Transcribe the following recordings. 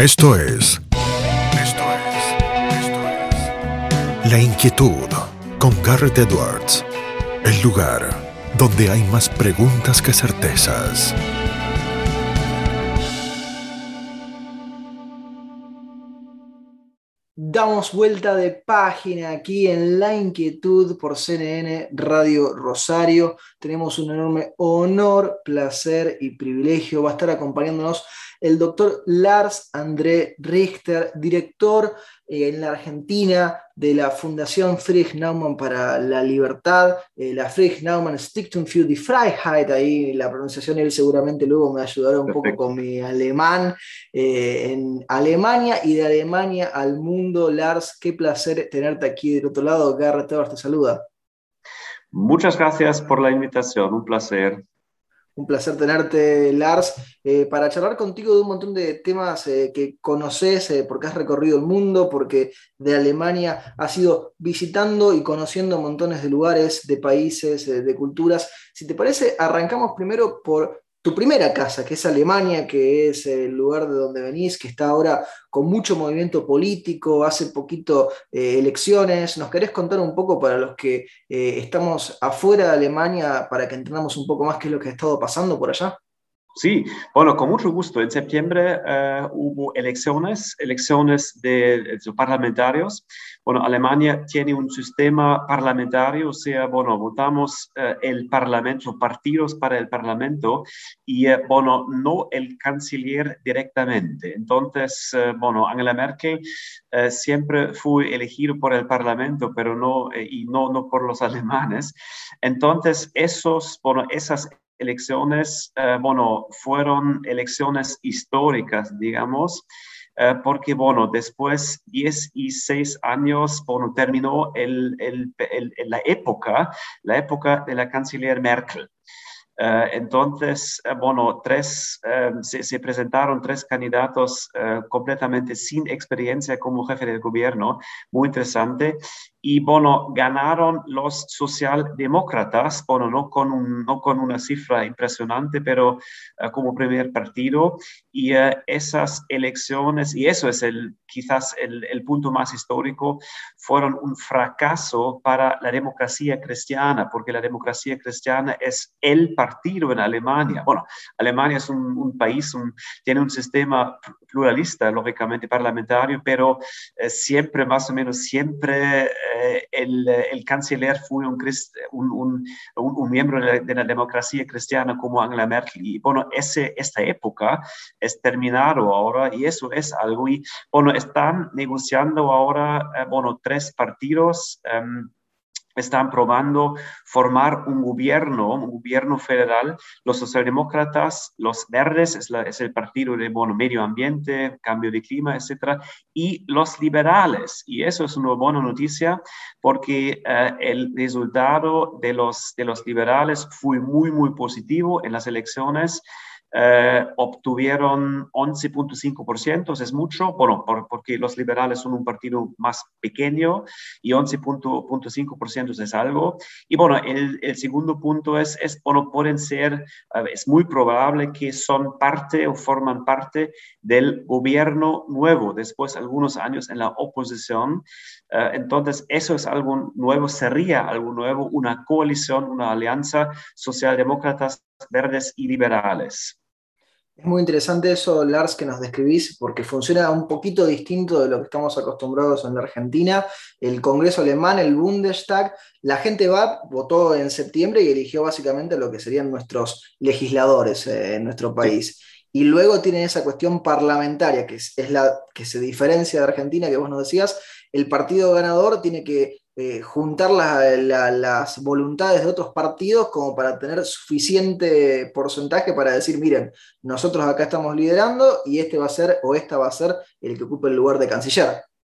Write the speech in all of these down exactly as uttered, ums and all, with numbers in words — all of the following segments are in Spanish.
Esto es, esto es, esto es La Inquietud con Garrett Edwards. El lugar donde hay más preguntas que certezas. Damos vuelta de página aquí en La Inquietud por C N N Radio Rosario. Tenemos un enorme honor, placer y privilegio. Va a estar acompañándonos el doctor Lars André Richter, director eh, en la Argentina de la Fundación Friedrich Naumann para la Libertad, eh, la Friedrich Naumann Stiftung für die Freiheit. Ahí la pronunciación él seguramente luego me ayudará un poco Perfecto. con mi alemán. Eh, en Alemania y de Alemania al mundo. Lars, qué placer tenerte aquí del otro lado. Garrett Edwards te saluda. Muchas gracias por la invitación, un placer. Un placer tenerte, Lars, eh, para charlar contigo de un montón de temas eh, que conoces, eh, porque has recorrido el mundo, porque de Alemania has ido visitando y conociendo montones de lugares, de países, eh, de culturas. Si te parece, arrancamos primero por tu primera casa, que es Alemania, que es el lugar de donde venís, que está ahora con mucho movimiento político, hace poquito eh, elecciones. ¿Nos querés contar un poco para los que eh, estamos afuera de Alemania para que entendamos un poco más qué es lo que ha estado pasando por allá? Sí, bueno, con mucho gusto. En septiembre eh, hubo elecciones, elecciones de, de parlamentarios. Bueno, Alemania tiene un sistema parlamentario, o sea, bueno, votamos eh, el parlamento, partidos para el parlamento y, eh, bueno, no el canciller directamente. Entonces, eh, bueno, Angela Merkel eh, siempre fue elegido por el parlamento, pero no, eh, y no, no por los alemanes. Entonces, esos, bueno, esas elecciones, eh, bueno, fueron elecciones históricas, digamos, eh, porque, bueno, después de dieciséis años, bueno, terminó el, el, el, la época, la época de la canciller Merkel. Uh, entonces, uh, bueno, tres, uh, se, se presentaron tres candidatos uh, completamente sin experiencia como jefe del gobierno, muy interesante, y bueno, ganaron los socialdemócratas, bueno, no con, un, no con una cifra impresionante, pero uh, como primer partido, y uh, esas elecciones, y eso es el, quizás el, el punto más histórico, fueron un fracaso para la democracia cristiana, porque la democracia cristiana es el partido en Alemania. Bueno, Alemania es un, un país, un, tiene un sistema pluralista, lógicamente parlamentario, pero eh, siempre, más o menos, siempre eh, el, el canciller fue un, un, un, un miembro de la, de la democracia cristiana como Angela Merkel. Y bueno, ese, esta época es terminado ahora y eso es algo. Y bueno, están negociando ahora, eh, bueno, tres partidos. Um, están probando formar un gobierno, un gobierno federal. Los socialdemócratas, los verdes, es, la, es el partido de bueno, medio ambiente, cambio de clima, etcétera, y los liberales. Y eso es una buena noticia porque uh, el resultado de los, de los liberales fue muy, muy positivo en las elecciones. Eh, obtuvieron once punto cinco por ciento, es mucho, bueno, por, porque los liberales son un partido más pequeño y once punto cinco por ciento es algo. Y bueno, el, el segundo punto es, es, bueno, pueden ser, uh, es muy probable que son parte o forman parte del gobierno nuevo, después algunos años en la oposición. Uh, entonces, eso es algo nuevo, sería algo nuevo, una coalición, una alianza socialdemócratas, verdes y liberales. Es muy interesante eso, Lars, que nos describís, porque funciona un poquito distinto de lo que estamos acostumbrados en la Argentina. El Congreso alemán, el Bundestag, la gente va, votó en septiembre y eligió básicamente lo que serían nuestros legisladores eh, en nuestro Sí. país. Y luego tienen esa cuestión parlamentaria, que es, es la que se diferencia de Argentina, que vos nos decías. El partido ganador tiene que eh, juntar la, la, las voluntades de otros partidos como para tener suficiente porcentaje para decir, miren, nosotros acá estamos liderando y este va a ser o esta va a ser el que ocupe el lugar de canciller.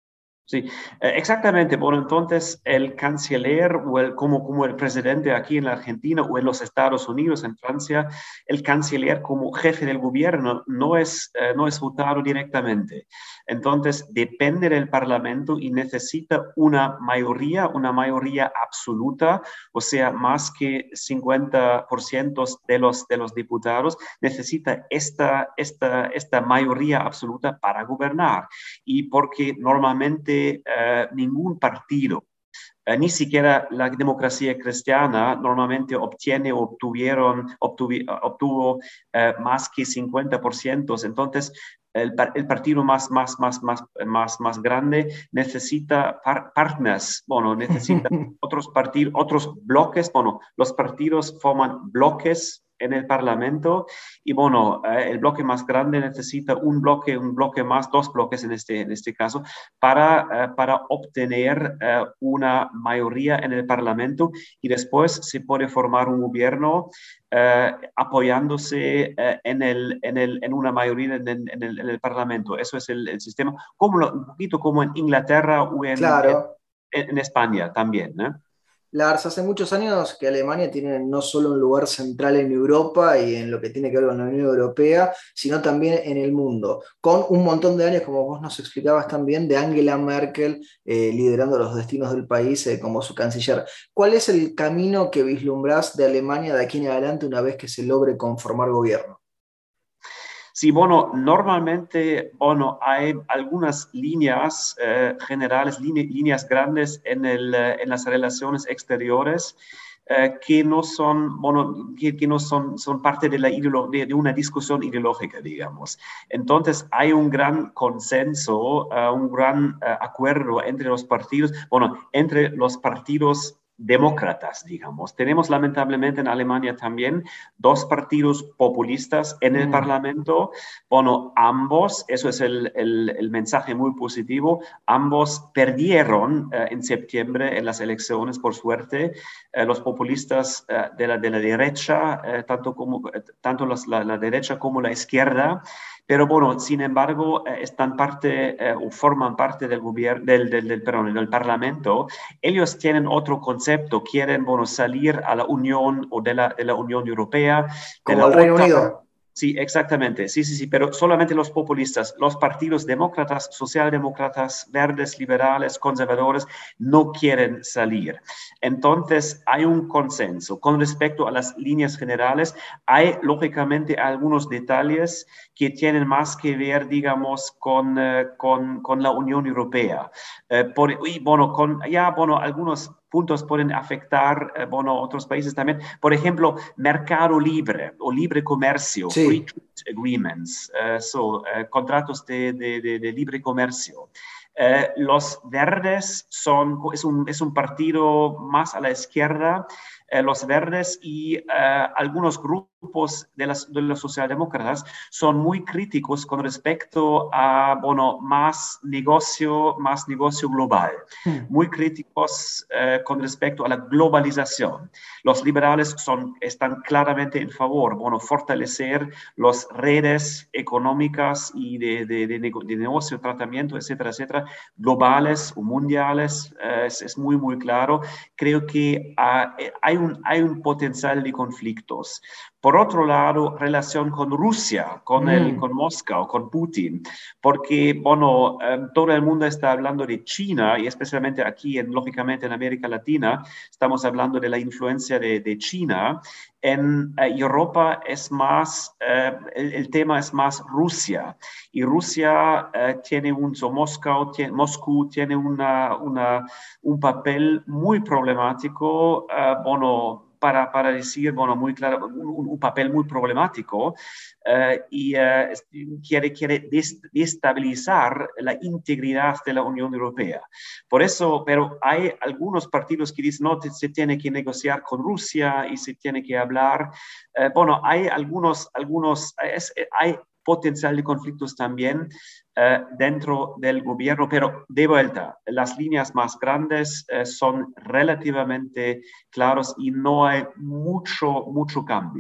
Sí, eh, exactamente. Bueno, entonces el canciller o el, como, como el presidente aquí en la Argentina o en los Estados Unidos, en Francia, el canciller como jefe del gobierno no es, eh, no es votado directamente. Entonces depende del Parlamento y necesita una mayoría, una mayoría absoluta, o sea, más que cincuenta por ciento de los, de los diputados, necesita esta, esta, esta mayoría absoluta para gobernar. Y porque normalmente eh, ningún partido, eh, ni siquiera la democracia cristiana, normalmente obtiene o obtuvieron, obtuvi, obtuvo eh, más que cincuenta por ciento. Entonces, el, el partido más, más, más, más, más, más grande necesita par partners, bueno, necesita otros partidos, otros bloques, bueno, los partidos forman bloques en el Parlamento y bueno, eh, el bloque más grande necesita un bloque, un bloque más, dos bloques en este, en este caso, para, eh, para obtener eh, una mayoría en el Parlamento y después se puede formar un gobierno eh, apoyándose eh, en, el, en, el, en una mayoría en el, en el, en el Parlamento. Eso es el, el sistema, como lo, un poquito como en Inglaterra o en, en, Claro. en España también, ¿eh? Lars, hace muchos años que Alemania tiene no solo un lugar central en Europa y en lo que tiene que ver con la Unión Europea, sino también en el mundo, con un montón de años, como vos nos explicabas también, de Angela Merkel eh, liderando los destinos del país eh, como su canciller. ¿Cuál es el camino que vislumbrás de Alemania de aquí en adelante una vez que se logre conformar gobierno? Sí, bueno, normalmente, bueno, hay algunas líneas eh, generales, line, líneas grandes en, el, eh, en las relaciones exteriores eh, que no son, bueno, que, que no son, son parte de, la de, de una discusión ideológica, digamos. Entonces, hay un gran consenso, uh, un gran uh, acuerdo entre los partidos, bueno, entre los partidos demócratas, digamos. Tenemos lamentablemente en Alemania también dos partidos populistas en el Mm. Parlamento. Bueno, ambos, eso es el, el, el mensaje muy positivo, ambos perdieron eh, en septiembre en las elecciones, por suerte. Eh, los populistas eh, de, la, de la derecha, eh, tanto, como, eh, tanto las, la, la derecha como la izquierda, pero bueno, sin embargo, eh, están parte eh, o forman parte del gobierno, del, del, del, perdón, del Parlamento. Ellos tienen otro concepto, quieren, bueno, salir a la Unión o de la, de la Unión Europea, de Como la el Reino OTAN. Unido. Sí, exactamente. Sí, sí, sí, pero solamente los populistas, los partidos demócratas, socialdemócratas, verdes, liberales, conservadores, no quieren salir. Entonces, hay un consenso. Con respecto a las líneas generales, hay lógicamente algunos detalles que tienen más que ver, digamos, con, eh, con, con la Unión Europea. Eh, por, y bueno, con ya, bueno, algunos puntos pueden afectar, eh, bueno, otros países también. Por ejemplo, mercado libre o libre comercio, free Sí. trade agreements, uh, so, uh, contratos de, de, de, de libre comercio. Eh, los verdes son, es un, es un partido más a la izquierda, eh, los verdes y eh, algunos grupos de, las, de los socialdemócratas son muy críticos con respecto a, bueno, más negocio, más negocio global, Mm. muy críticos eh, con respecto a la globalización. Los liberales son, están claramente en favor, bueno, fortalecer las redes económicas y de, de, de, de negocio, tratamiento, etcétera, etcétera, globales o mundiales, eh, es, es muy, muy claro. Creo que uh, hay, un, hay un potencial de conflictos. Por otro lado, relación con Rusia, con, el, Mm. con Moscú, con Putin, porque, bueno, um, todo el mundo está hablando de China y especialmente aquí, en, lógicamente en América Latina, estamos hablando de la influencia de, de China. En uh, Europa es más, uh, el, el tema es más Rusia y Rusia uh, tiene un, so Moscú tiene, Moscú tiene una, una, un papel muy problemático, uh, bueno, para, para decir, bueno, muy claro, un, un papel muy problemático uh, y uh, quiere, quiere destabilizar la integridad de la Unión Europea. Por eso, pero hay algunos partidos que dicen, no, se tiene que negociar con Rusia y se tiene que hablar. Uh, bueno, hay algunos, algunos, es, hay potencial de conflictos también uh, dentro del gobierno, pero de vuelta, las líneas más grandes uh, son relativamente claras y no hay mucho, mucho cambio.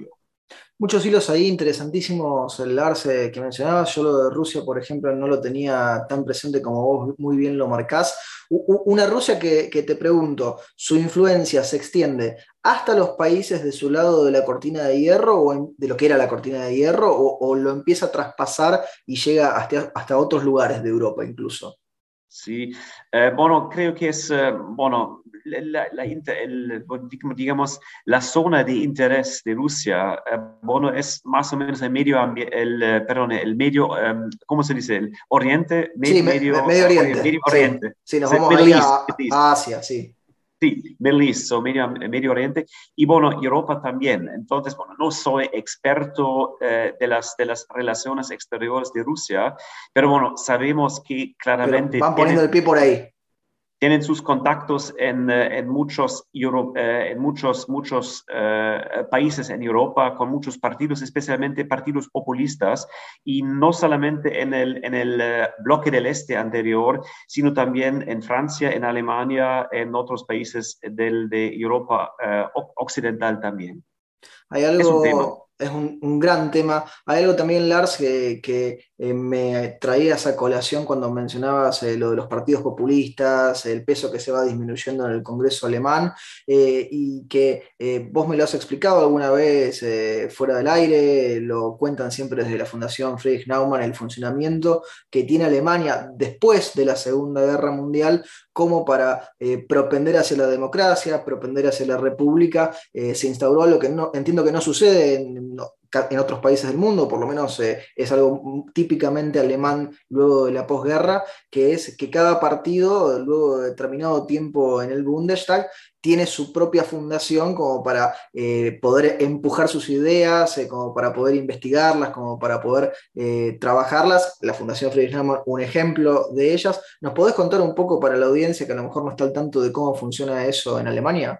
Muchos hilos ahí interesantísimos, el Arce que mencionabas. Yo lo de Rusia, por ejemplo, no lo tenía tan presente como vos muy bien lo marcás. U- u- una Rusia que, que te pregunto, ¿su influencia se extiende hasta los países de su lado de la cortina de hierro, o en- de lo que era la cortina de hierro, o, o lo empieza a traspasar y llega hasta, hasta otros lugares de Europa incluso? Sí, eh, bueno, creo que es, eh, bueno, la, la inter- el, digamos, la zona de interés de Rusia, eh, bueno, es más o menos el medio, ambi- el, eh, perdón, el medio, eh, ¿cómo se dice? El Oriente, Sí, med- me- me- medio, Medio eh, ori- Oriente, medio sí, Oriente, sí, nos sí, vamos Middle ahí East, a, Middle East. a Asia, sí. Sí, Middle East, o Medio, Medio Oriente, y bueno, Europa también. Entonces, bueno, no soy experto eh, de, las, de las relaciones exteriores de Rusia, pero bueno, sabemos que Pero claramente van poniendo tienen el pie por ahí. tienen sus contactos en, eh, en muchos, Euro, eh, en muchos, muchos eh, países en Europa, con muchos partidos, especialmente partidos populistas, y no solamente en el, en el eh, bloque del este anterior, sino también en Francia, en Alemania, en otros países del, de Europa eh, occidental también. Hay Es un tema. algo, es un, un gran tema. Hay algo también, Lars, que, que, eh, me traía esa colación cuando mencionabas eh, lo de los partidos populistas, el peso que se va disminuyendo en el Congreso alemán, eh, y que eh, vos me lo has explicado alguna vez eh, fuera del aire, lo cuentan siempre desde la Fundación Friedrich Naumann, el funcionamiento que tiene Alemania después de la Segunda Guerra Mundial como para eh, propender hacia la democracia, propender hacia la república. Eh, se instauró algo que no, entiendo que no sucede en, no, en otros países del mundo, por lo menos eh, es algo típicamente alemán luego de la posguerra, que es que cada partido, luego de determinado tiempo en el Bundestag, tiene su propia fundación como para eh, poder empujar sus ideas, eh, como para poder investigarlas, como para poder eh, trabajarlas. La Fundación Friedrich Naumann, un ejemplo de ellas. ¿Nos podés contar un poco para la audiencia que a lo mejor no está al tanto de cómo funciona eso en Alemania?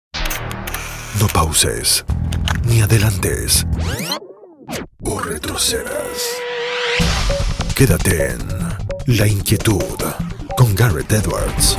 No pauses, ni adelantes, o retrocedas. Quédate en La Inquietud con Gareth Edwards.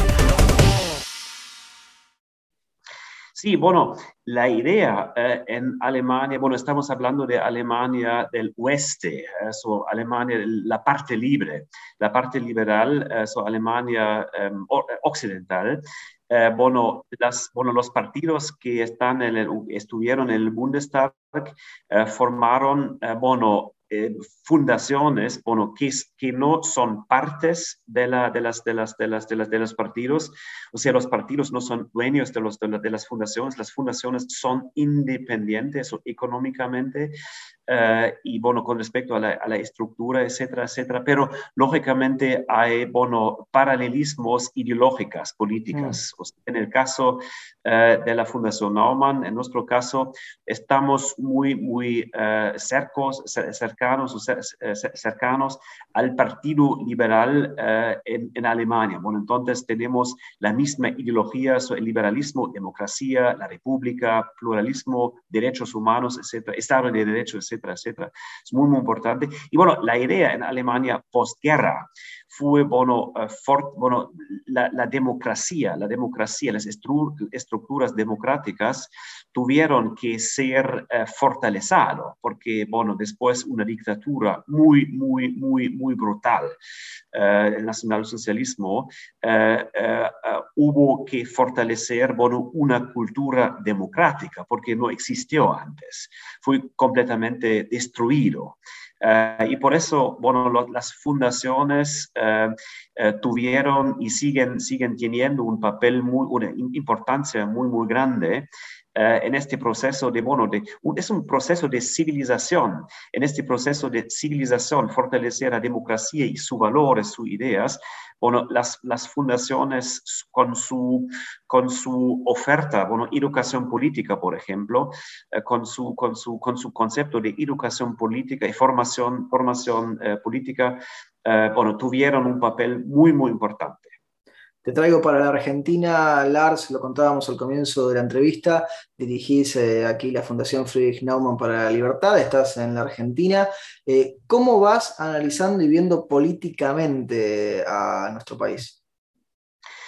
Sí, bueno, la idea eh, en Alemania, bueno, estamos hablando de Alemania del oeste, eh, so Alemania, la parte libre, la parte liberal, eh, so Alemania eh, occidental. Eh, bueno, las, bueno, los partidos que están en el, estuvieron en el Bundestag eh, formaron, eh, bueno, eh, fundaciones, bueno, que, que no son partes de, la, de, las, de, las, de, las, de, las, de los partidos. O sea, los partidos no son dueños de, los, de, la, de las fundaciones, las fundaciones son independientes o económicamente uh, y, bueno, con respecto a la, a la estructura, etcétera, etcétera. Pero, lógicamente, hay, bueno, paralelismos ideológicas, políticas. Mm. O sea, en el caso uh, de la Fundación Naumann, en nuestro caso, estamos muy, muy uh, cercos, cercanos, cercanos al Partido Liberal uh, en, en Alemania. Bueno, entonces tenemos la misma ideología, el liberalismo, democracia, la república, pluralismo, derechos humanos, etcétera, Estado de Derecho, etcétera, etcétera. Es muy, muy importante. Y bueno, la idea en Alemania postguerra fue, bueno, uh, fort, bueno la, la democracia, la democracia, las estru estructuras democráticas tuvieron que ser uh, fortalecidas, porque, bueno, después una dictadura muy, muy, muy, muy brutal, uh, el nacionalsocialismo, uh, uh, uh, hubo que fortalecer, bueno, una cultura democrática, porque no existió antes, fue completamente destruido. Uh, y por eso, bueno, lo, las fundaciones uh, uh, tuvieron y siguen, siguen teniendo un papel muy, una importancia muy, muy grande Uh, en este proceso de, bueno, de, un, es un proceso de civilización. En este proceso de civilización, fortalecer la democracia y sus valores, sus ideas, bueno, las, las fundaciones con su, con su oferta, bueno, educación política, por ejemplo, uh, con, su, con, su, con su concepto de educación política y formación, formación uh, política, uh, bueno, tuvieron un papel muy, muy importante. Te traigo para la Argentina, Lars, lo contábamos al comienzo de la entrevista, dirigís eh, aquí la Fundación Friedrich Naumann para la Libertad, estás en la Argentina. Eh, ¿Cómo vas analizando y viendo políticamente a nuestro país?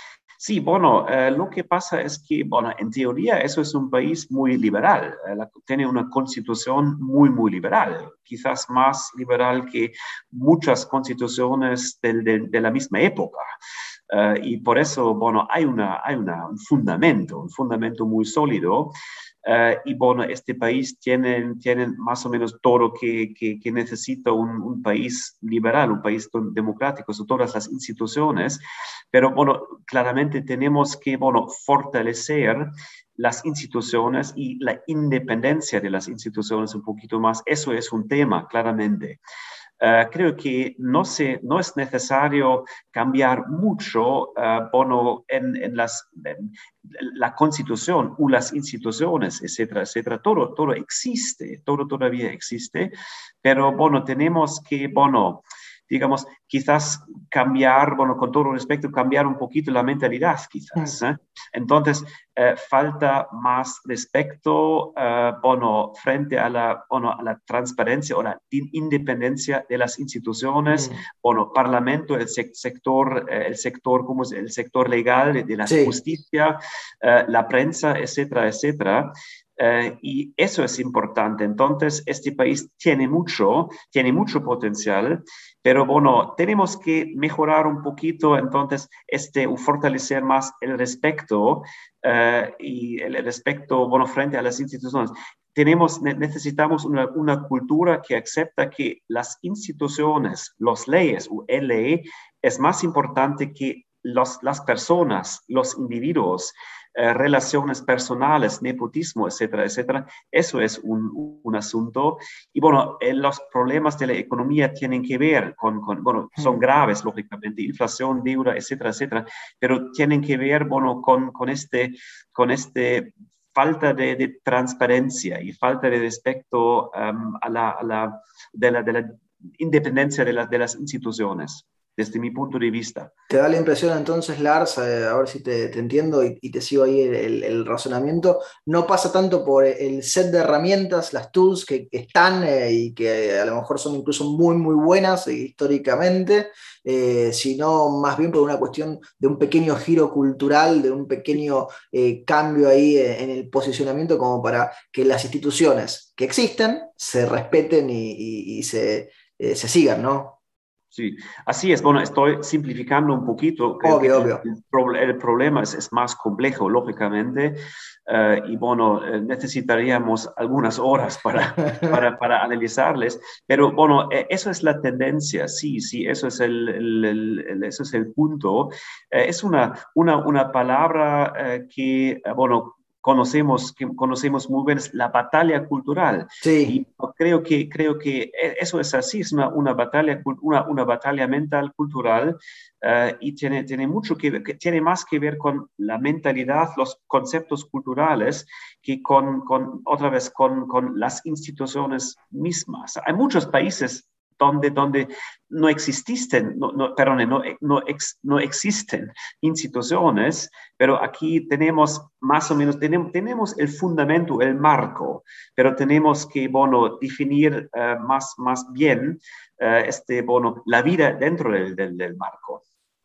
Sí, bueno, eh, lo que pasa es que, bueno, en teoría eso es un país muy liberal, eh, la- tiene una constitución muy, muy liberal, quizás más liberal que muchas constituciones del- del- de la misma época. Eh, y por eso, bueno, hay, una, hay una, un fundamento, un fundamento muy sólido. Eh, y bueno, este país tiene, tiene más o menos todo que, que, que necesita un, un país liberal, un país democrático, son todas las instituciones. Pero bueno, claramente tenemos que, bueno, fortalecer las instituciones y la independencia de las instituciones un poquito más. Eso es un tema, claramente. Uh, creo que no, se, no es necesario cambiar mucho uh, bueno, en, en, las, en la constitución o las instituciones, etcétera, etcétera. Todo, todo existe, todo todavía existe, pero bueno, tenemos que, bueno, digamos, quizás cambiar, bueno, con todo respeto, cambiar un poquito la mentalidad, quizás. ¿eh? Entonces, eh, falta más respeto, eh, bueno, frente a la, bueno, a la transparencia o la independencia de las instituciones, Mm. bueno, parlamento, el se sector, eh, el sector, ¿cómo es? El sector legal, de, de la Sí. justicia, eh, la prensa, etcétera, etcétera. Uh, y eso es importante. Entonces, este país tiene mucho, tiene mucho potencial, pero bueno, tenemos que mejorar un poquito, entonces, este, fortalecer más el respeto uh, y el, el respeto, bueno, frente a las instituciones. Tenemos, necesitamos una, una cultura que acepta que las instituciones, las leyes o la ley es más importante que los, las personas, los individuos. Eh, relaciones personales, nepotismo, etcétera, etcétera. Eso es un, un asunto. Y bueno, eh, los problemas de la economía tienen que ver con, con, bueno, son graves, lógicamente, inflación, deuda, etcétera, etcétera, pero tienen que ver, bueno, con, con este, con este falta de, de transparencia y falta de respeto um, a la, a la, de, la, de la independencia de, la, de las instituciones, desde mi punto de vista. ¿Te da la impresión entonces, Lars, eh, a ver si te, te entiendo y, y te sigo ahí el, el, el razonamiento, no pasa tanto por el set de herramientas, las tools que, que están eh, y que a lo mejor son incluso muy, muy buenas eh, históricamente, eh, sino más bien por una cuestión de un pequeño giro cultural, de un pequeño eh, cambio ahí eh, en el posicionamiento como para que las instituciones que existen se respeten y, y, y se, eh, se sigan, ¿no? Sí, así es. Bueno, estoy simplificando un poquito. Creo Obvio, que obvio. el, el, el problema es, es, más complejo, lógicamente. Uh, y bueno, eh, necesitaríamos algunas horas para, para, para analizarles. Pero bueno, eh, eso es la tendencia. Sí, sí, eso es el, el, el, el eso es el punto. Eh, es una, una, una palabra eh, que, bueno, conocemos, que conocemos muy bien, es la batalla cultural. Sí. Y creo que, creo que eso es así, es una, una, batalla, una, una batalla mental, cultural, uh, y tiene, tiene mucho que ver, que tiene más que ver con la mentalidad, los conceptos culturales, que con, con otra vez, con, con las instituciones mismas. Hay muchos países donde, donde no existen, no, no, perdón, no, no, ex, no existen instituciones, pero aquí tenemos más o menos, tenemos, tenemos el fundamento, el marco, pero tenemos que, bueno, definir uh, más, más bien uh, este, bueno, la vida dentro del, del, del marco.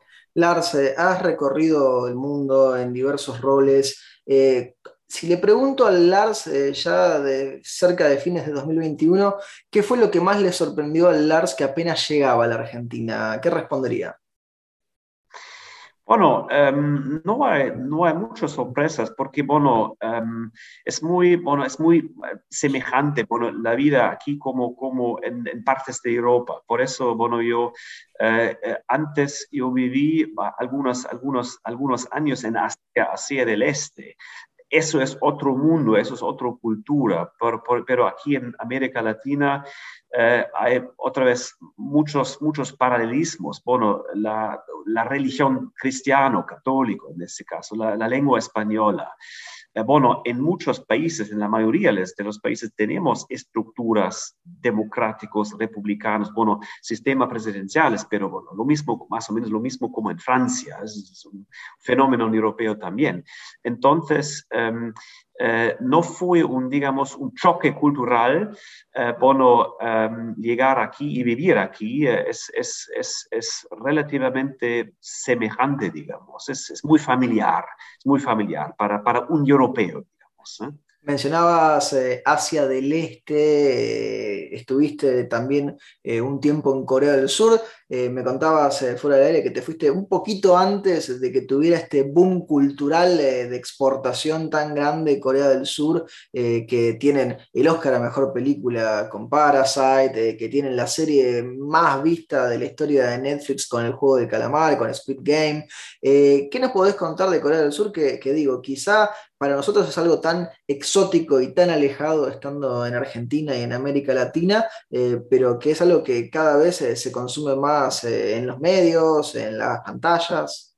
Lars, eh, has recorrido el mundo en diversos roles. Eh, si le pregunto al Lars, eh, ya de cerca de fines de dos mil veintiuno, ¿qué fue lo que más le sorprendió al Lars que apenas llegaba a la Argentina? ¿Qué respondería? Bueno, um, no, hay, no hay muchas sorpresas porque, bueno, um, es muy, bueno, es muy semejante, bueno, la vida aquí como, como en, en partes de Europa. Por eso, bueno, yo eh, antes yo viví algunos, algunos, algunos años en Asia, Asia del Este. Eso es otro mundo, eso es otra cultura, pero, pero aquí en América Latina eh, hay otra vez muchos, muchos paralelismos. Bueno, la, la religión cristiano, católico en este caso, la, la lengua española. Eh, bueno, en muchos países, en la mayoría de los países, tenemos estructuras democráticos, republicanos, bueno, sistemas presidenciales, pero bueno, lo mismo, más o menos lo mismo como en Francia, es, es un fenómeno europeo también. Entonces, um, eh, no fue un, digamos, un choque cultural, eh, bueno, um, llegar aquí y vivir aquí eh, es, es, es, es relativamente semejante, digamos, es, es muy familiar, es muy familiar para, para un europeo, digamos, ¿eh? Mencionabas eh, Asia del Este, eh, estuviste también eh, un tiempo en Corea del Sur, eh, me contabas eh, fuera del aire que te fuiste un poquito antes de que tuviera este boom cultural eh, de exportación tan grande Corea del Sur, eh, que tienen el Oscar a Mejor Película con Parasite, eh, que tienen la serie más vista de la historia de Netflix con el Juego de Calamar, con Squid Game. Eh, ¿qué nos podés contar de Corea del Sur? Que, que digo, quizá para nosotros es algo tan exótico y tan alejado estando en Argentina y en América Latina, eh, pero que es algo que cada vez eh, se consume más eh, en los medios, en las pantallas.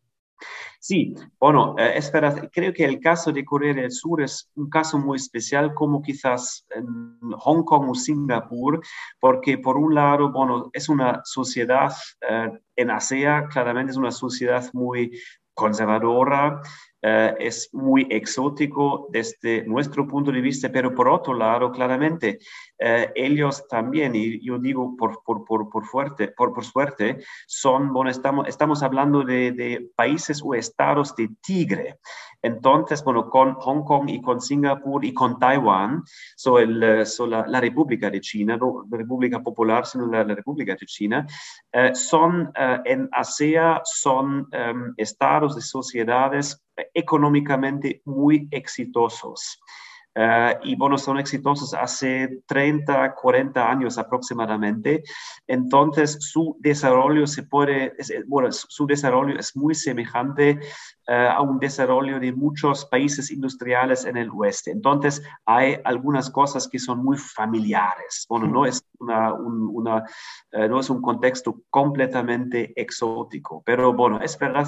Sí, bueno, eh, es verdad, creo que el caso de Corea del Sur es un caso muy especial, como quizás en Hong Kong o Singapur, porque por un lado, bueno, es una sociedad eh, en Asia, claramente es una sociedad muy conservadora, eh, es muy exótico desde nuestro punto de vista, pero por otro lado, claramente, eh, ellos también, y yo digo por, por, por, por, fuerte, por, por suerte, son, bueno, estamos, estamos hablando de, de países o estados de tigre. Entonces, bueno, con Hong Kong y con Singapur y con Taiwán, so el, so la, la República de China, no la República Popular, sino la, la República de China, eh, son eh, en Asia, son eh, estados de sociedades económicamente muy exitosos. Uh, y bueno, son exitosos hace treinta, cuarenta años aproximadamente. Entonces, su desarrollo se puede, es, bueno, su desarrollo es muy semejante uh, a un desarrollo de muchos países industriales en el oeste. Entonces, hay algunas cosas que son muy familiares. Bueno, no es, una, un, una, uh, no es un contexto completamente exótico, pero bueno, es verdad,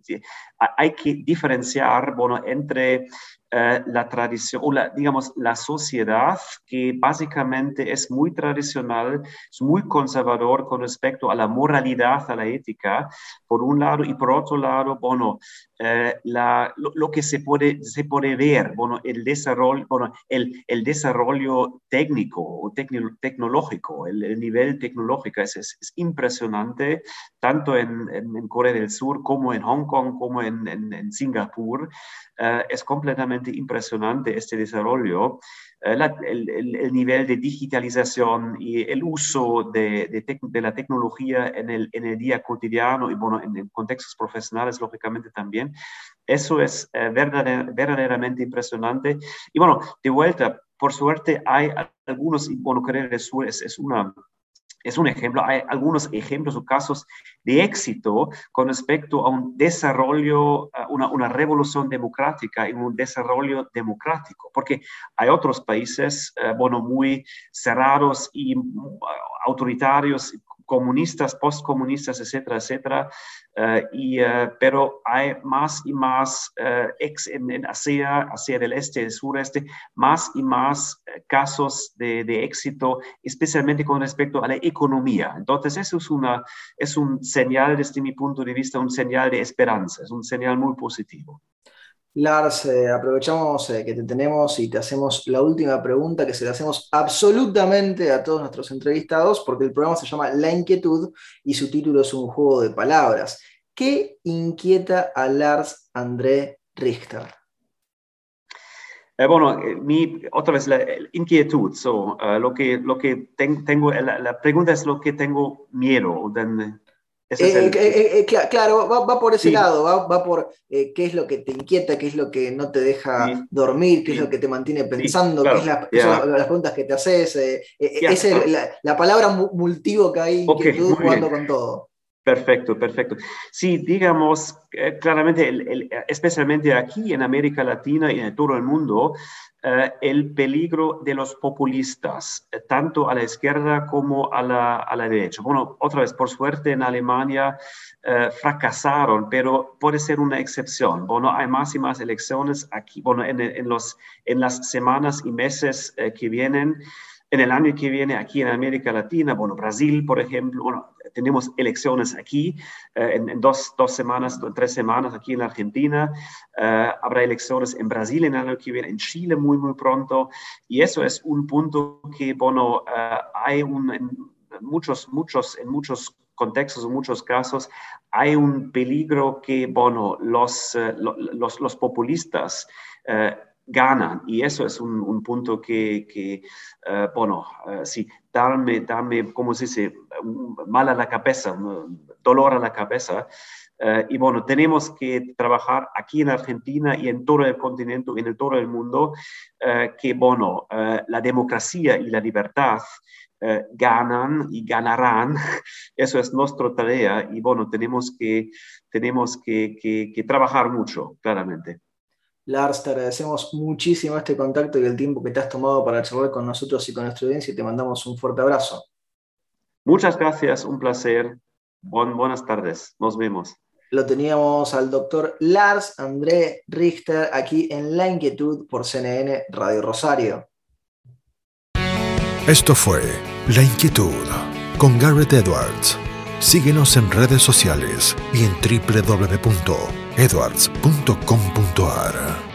hay que diferenciar, bueno, entre Uh, la tradición, o la, digamos, la sociedad que básicamente es muy tradicional, es muy conservador con respecto a la moralidad, a la ética, por un lado, y por otro lado, bueno, uh, la, lo, lo que se puede, se puede ver, bueno, el desarrollo, bueno, el, el desarrollo técnico o tecno, tecnológico, el, el nivel tecnológico es, es, es impresionante, tanto en, en, en Corea del Sur como en Hong Kong, como en, en, en Singapur. Uh, es completamente impresionante este desarrollo, uh, la, el, el, el nivel de digitalización y el uso de, de, tec de la tecnología en el, en el día cotidiano y bueno, en, en contextos profesionales, lógicamente también. Eso es uh, verdader, verdaderamente impresionante. Y bueno, de vuelta, por suerte hay algunos, bueno, Corea del Sur es, es una... Es un ejemplo, hay algunos ejemplos o casos de éxito con respecto a un desarrollo, una, una revolución democrática y un desarrollo democrático, porque hay otros países, eh, bueno, muy cerrados y uh, autoritarios, comunistas, postcomunistas, etcétera, etcétera, uh, y, uh, pero hay más y más uh, ex en, en Asia, Asia del Este, del Sureste, más y más uh, casos de, de éxito, especialmente con respecto a la economía. Entonces, eso es, una, es un señal, desde mi punto de vista, un señal de esperanza, es un señal muy positivo. Lars, eh, aprovechamos eh, que te tenemos y te hacemos la última pregunta que se la hacemos absolutamente a todos nuestros entrevistados, porque el programa se llama La Inquietud y su título es un juego de palabras. ¿Qué inquieta a Lars André Richter? Eh, bueno, eh, mi, otra vez la, la inquietud, so, uh, lo que, lo que ten, tengo, la, la pregunta es lo que tengo miedo. Then, ese es Eh, el, eh, eh, cl claro, va, va, por ese sí, lado, va, va por eh, qué es lo que te inquieta, qué es lo que no te deja sí, dormir, qué es lo sí, que te mantiene sí, pensando, qué, es claro, la, qué son las, ya, las preguntas que te haces. Eh, eh, ya, esa es la, la palabra mu multivo que hay, ok, inquietud muy bien. jugando con todo. Perfecto, perfecto. Sí, digamos, eh, claramente, el, el, especialmente aquí en América Latina y en todo el mundo, eh, el peligro de los populistas, eh, tanto a la izquierda como a la, a la derecha. Bueno, otra vez, por suerte en Alemania eh, fracasaron, pero puede ser una excepción. Bueno, hay más y más elecciones aquí, bueno, en, en, los, en las semanas y meses eh, que vienen. En el año que viene, aquí en América Latina, bueno, Brasil, por ejemplo, bueno, tenemos elecciones aquí eh, en, en dos, dos semanas, tres semanas aquí en Argentina. Eh, habrá elecciones en Brasil en el año que viene, en Chile muy, muy pronto. Y eso es un punto que, bueno, eh, hay un, en muchos, muchos, en muchos contextos, en muchos casos, hay un peligro que, bueno, los, eh, los, los populistas eh, ganan, y eso es un, un punto que, que uh, bueno, uh, sí, darme, darme, ¿cómo se dice? Mal a la cabeza, dolor a la cabeza. Uh, y bueno, tenemos que trabajar aquí en Argentina y en todo el continente, en todo el mundo, uh, que, bueno, uh, la democracia y la libertad uh, ganan y ganarán. Eso es nuestra tarea y, bueno, tenemos que, tenemos que, que, que trabajar mucho, claramente. Lars, te agradecemos muchísimo este contacto y el tiempo que te has tomado para charlar con nosotros y con nuestra audiencia y te mandamos un fuerte abrazo. Muchas gracias, un placer. Bon, buenas tardes, nos vemos. Lo teníamos al doctor Lars André Richter aquí en La Inquietud por C N N Radio Rosario. Esto fue La Inquietud con Garrett Edwards. Síguenos en redes sociales y en doble u doble u doble u punto edwards punto com punto a r.